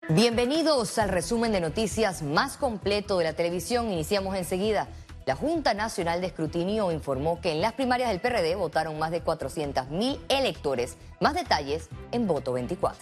Bienvenidos al resumen de noticias más completo de la televisión. Iniciamos enseguida. La Junta Nacional de Escrutinio informó que en las primarias del PRD votaron más de 400.000 electores. Más detalles en Voto 24.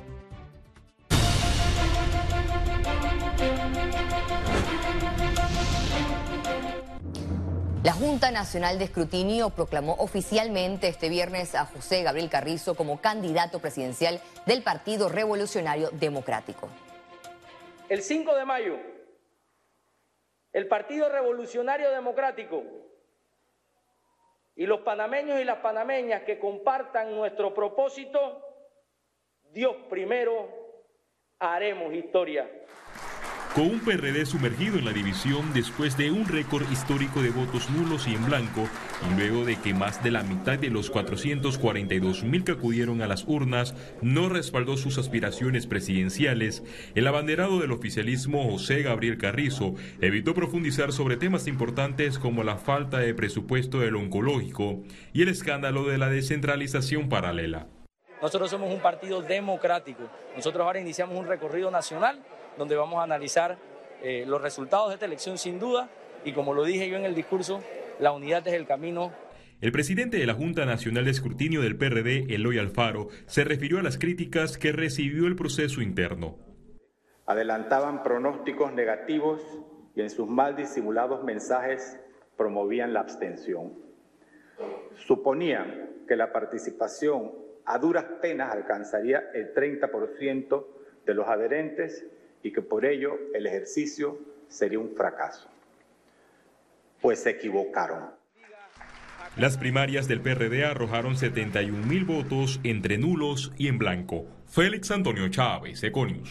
La Junta Nacional de Escrutinio proclamó oficialmente este viernes a José Gabriel Carrizo como candidato presidencial del Partido Revolucionario Democrático. El 5 de mayo, el Partido Revolucionario Democrático y los panameños y las panameñas que compartan nuestro propósito, Dios primero, haremos historia. Con un PRD sumergido en la división después de un récord histórico de votos nulos y en blanco, y luego de que más de la mitad de los 442.000 que acudieron a las urnas no respaldó sus aspiraciones presidenciales, el abanderado del oficialismo José Gabriel Carrizo evitó profundizar sobre temas importantes como la falta de presupuesto del oncológico y el escándalo de la descentralización paralela. Nosotros somos un partido democrático. Nosotros ahora iniciamos un recorrido nacional donde vamos a analizar los resultados de esta elección sin duda, y como lo dije yo en el discurso, la unidad es el camino. El presidente de la Junta Nacional de Escrutinio del PRD, Eloy Alfaro, se refirió a las críticas que recibió el proceso interno. Adelantaban pronósticos negativos y en sus mal disimulados mensajes promovían la abstención. Suponían que la participación a duras penas alcanzaría el 30% de los adherentes y que por ello el ejercicio sería un fracaso. Pues se equivocaron. Las primarias del PRD arrojaron 71.000 votos entre nulos y en blanco. Félix Antonio Chávez, Econius.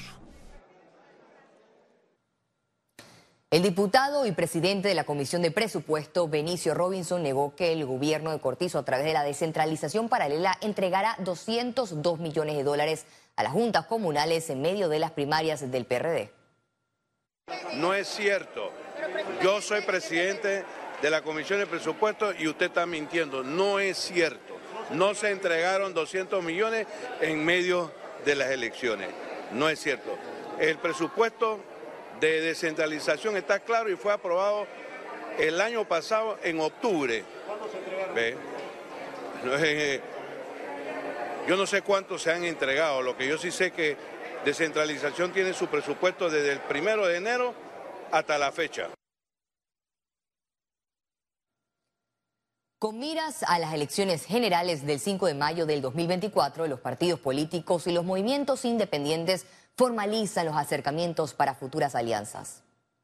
El diputado y presidente de la Comisión de Presupuesto, Benicio Robinson, negó que el gobierno de Cortizo, a través de la descentralización paralela, entregara $202 millones a las juntas comunales en medio de las primarias del PRD. No es cierto. Yo soy presidente de la Comisión de Presupuesto y usted está mintiendo. No es cierto. No se entregaron 200 millones en medio de las elecciones. No es cierto. El presupuesto de descentralización está claro y fue aprobado el año pasado en octubre. ¿Cuándo se entregaron? ¿Ve? Yo no sé cuántos se han entregado, lo que yo sí sé que descentralización tiene su presupuesto desde el 1 de enero hasta la fecha. Con miras a las elecciones generales del 5 de mayo del 2024, los partidos políticos y los movimientos independientes formalizan los acercamientos para futuras alianzas.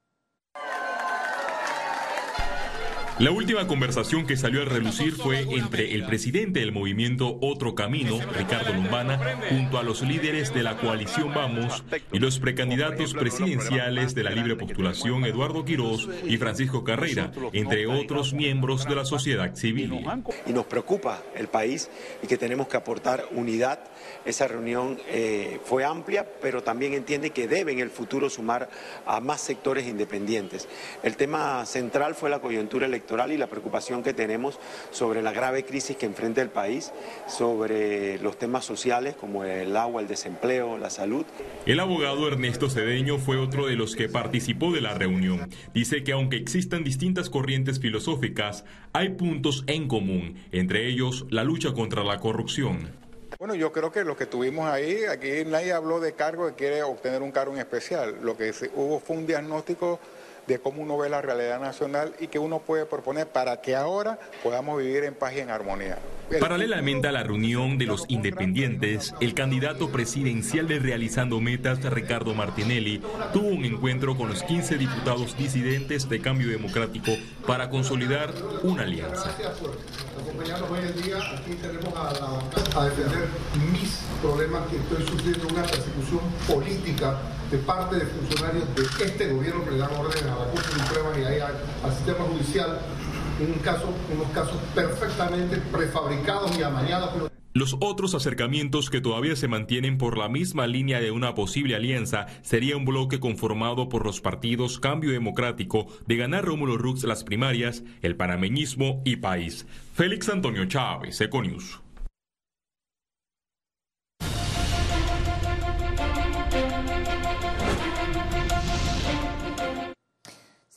La última conversación que salió a relucir fue entre el presidente del movimiento Otro Camino, Ricardo Lombana, junto a los líderes de la coalición Vamos y los precandidatos presidenciales de la libre postulación Eduardo Quiroz y Francisco Carrera, entre otros miembros de la sociedad civil. Y nos preocupa el país y que tenemos que aportar unidad. Esa reunión fue amplia, pero también entiende que debe en el futuro sumar a más sectores independientes. El tema central fue la coyuntura electoral y la preocupación que tenemos sobre la grave crisis que enfrenta el país, sobre los temas sociales como el agua, el desempleo, la salud. El abogado Ernesto Cedeño fue otro de los que participó de la reunión. Dice que aunque existan distintas corrientes filosóficas, hay puntos en común, entre ellos la lucha contra la corrupción. Bueno, yo creo que lo que tuvimos ahí, aquí nadie habló de cargo que quiere obtener un cargo en especial. Lo que hubo fue un diagnóstico de cómo uno ve la realidad nacional y que uno puede proponer para que ahora podamos vivir en paz y en armonía. Paralelamente a la reunión de los independientes, el candidato presidencial de Realizando Metas, Ricardo Martinelli, tuvo un encuentro con los 15 diputados disidentes de Cambio Democrático para consolidar una alianza. Acompañarnos hoy en día, aquí tenemos a defender mis problemas, que estoy sufriendo una persecución política de parte de funcionarios de este gobierno que le dan órdenes a la Corte Suprema y ahí al sistema judicial, unos casos perfectamente prefabricados y amañados. Los otros acercamientos que todavía se mantienen por la misma línea de una posible alianza sería un bloque conformado por los partidos Cambio Democrático, de ganar Rómulo Rux las primarias, el panameñismo y País. Félix Antonio Chávez, Econius.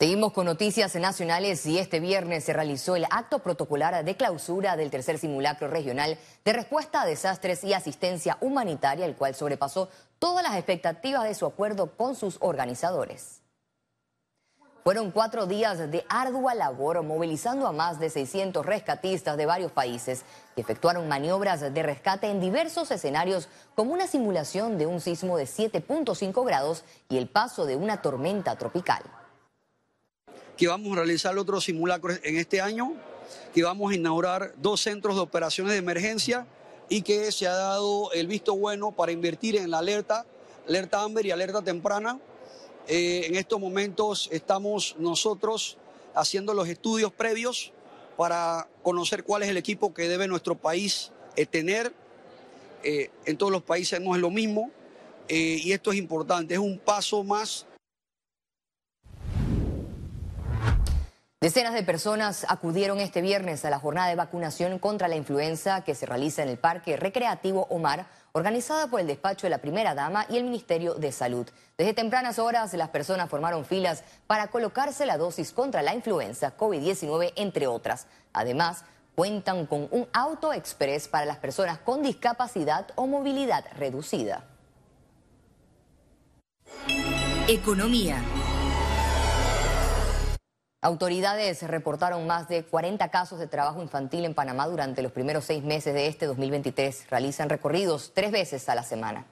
Seguimos con noticias nacionales y este viernes se realizó el acto protocolar de clausura del tercer simulacro regional de respuesta a desastres y asistencia humanitaria, el cual sobrepasó todas las expectativas de su acuerdo con sus organizadores. Fueron 4 días de ardua labor movilizando a más de 600 rescatistas de varios países que efectuaron maniobras de rescate en diversos escenarios como una simulación de un sismo de 7.5 grados y el paso de una tormenta tropical. Que vamos a realizar otro simulacro en este año, que vamos a inaugurar 2 centros de operaciones de emergencia y que se ha dado el visto bueno para invertir en la alerta AMBER y alerta temprana. En estos momentos estamos nosotros haciendo los estudios previos para conocer cuál es el equipo que debe nuestro país tener. En todos los países no es lo mismo y esto es importante, es un paso más. Decenas de personas acudieron este viernes a la jornada de vacunación contra la influenza que se realiza en el Parque Recreativo Omar, organizada por el despacho de la Primera Dama y el Ministerio de Salud. Desde tempranas horas las personas formaron filas para colocarse la dosis contra la influenza, COVID-19, entre otras. Además, cuentan con un auto express para las personas con discapacidad o movilidad reducida. Economía. Autoridades reportaron más de 40 casos de trabajo infantil en Panamá durante los primeros 6 meses de este 2023. Realizan recorridos 3 veces a la semana.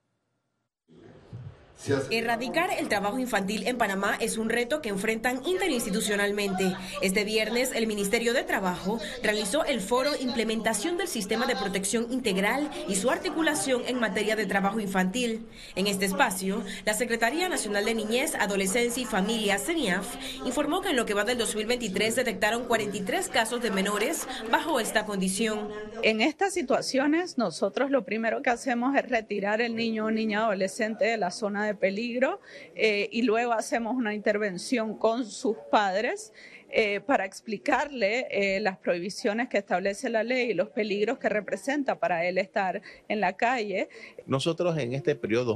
Erradicar el trabajo infantil en Panamá es un reto que enfrentan interinstitucionalmente. Este viernes, el Ministerio de Trabajo realizó el foro Implementación del Sistema de Protección Integral y su articulación en materia de trabajo infantil. En este espacio, la Secretaría Nacional de Niñez, Adolescencia y Familia, CENIAF, informó que en lo que va del 2023 detectaron 43 casos de menores bajo esta condición. En estas situaciones, nosotros lo primero que hacemos es retirar el niño o niña adolescente de la zona de peligro y luego hacemos una intervención con sus padres para explicarle las prohibiciones que establece la ley y los peligros que representa para él estar en la calle. Nosotros en este periodo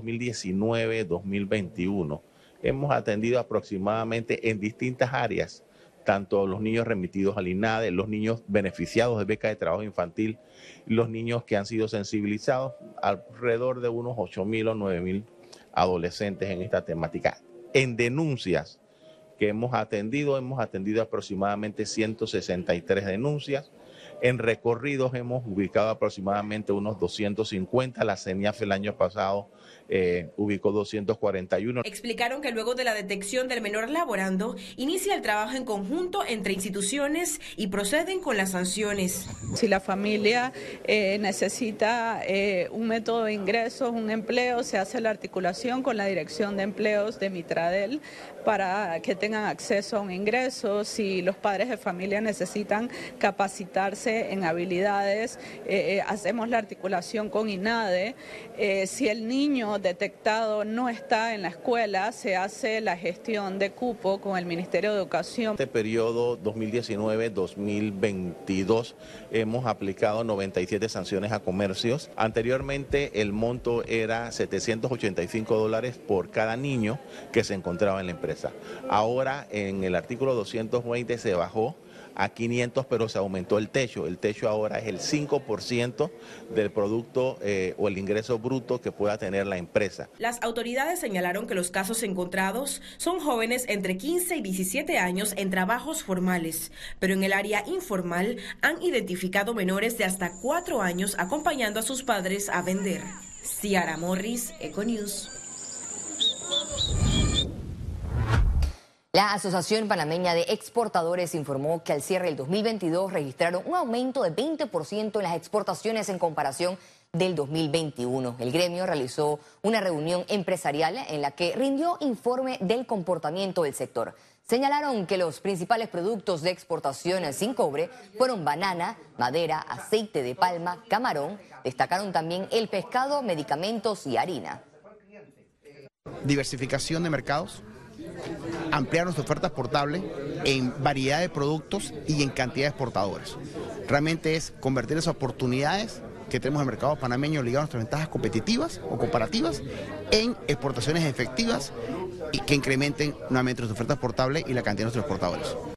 2019-2021 hemos atendido aproximadamente en distintas áreas, tanto los niños remitidos al INADE, los niños beneficiados de beca de trabajo infantil, los niños que han sido sensibilizados, alrededor de unos 8.000 o 9.000 adolescentes en esta temática. En denuncias que hemos atendido aproximadamente 163 denuncias. En recorridos hemos ubicado aproximadamente unos 250. La CENIAF el año pasado ubicó 241. Explicaron que luego de la detección del menor laborando, inicia el trabajo en conjunto entre instituciones y proceden con las sanciones. Si la familia necesita un método de ingresos, un empleo, se hace la articulación con la Dirección de Empleos de Mitradel para que tengan acceso a un ingreso. Si los padres de familia necesitan capacitarse en habilidades, hacemos la articulación con INADE. Si el niño detectado no está en la escuela, se hace la gestión de cupo con el Ministerio de Educación. Este periodo 2019-2022 hemos aplicado 97 sanciones a comercios. Anteriormente el monto era $785 por cada niño que se encontraba en la empresa. Ahora en el artículo 220 se bajó a 500, pero se aumentó el techo. El techo ahora es el 5% del producto o el ingreso bruto que pueda tener la empresa. Las autoridades señalaron que los casos encontrados son jóvenes entre 15 y 17 años en trabajos formales, pero en el área informal han identificado menores de hasta 4 años acompañando a sus padres a vender. Ciara Morris, Econews. La Asociación Panameña de Exportadores informó que al cierre del 2022 registraron un aumento de 20% en las exportaciones en comparación del 2021. El gremio realizó una reunión empresarial en la que rindió informe del comportamiento del sector. Señalaron que los principales productos de exportación sin cobre fueron banana, madera, aceite de palma, camarón. Destacaron también el pescado, medicamentos y harina. Diversificación de mercados, ampliar nuestra oferta exportable en variedad de productos y en cantidad de exportadores. Realmente es convertir esas oportunidades que tenemos el mercado panameño ligado a nuestras ventajas competitivas o comparativas en exportaciones efectivas y que incrementen nuevamente nuestra oferta exportable y la cantidad de nuestros exportadores.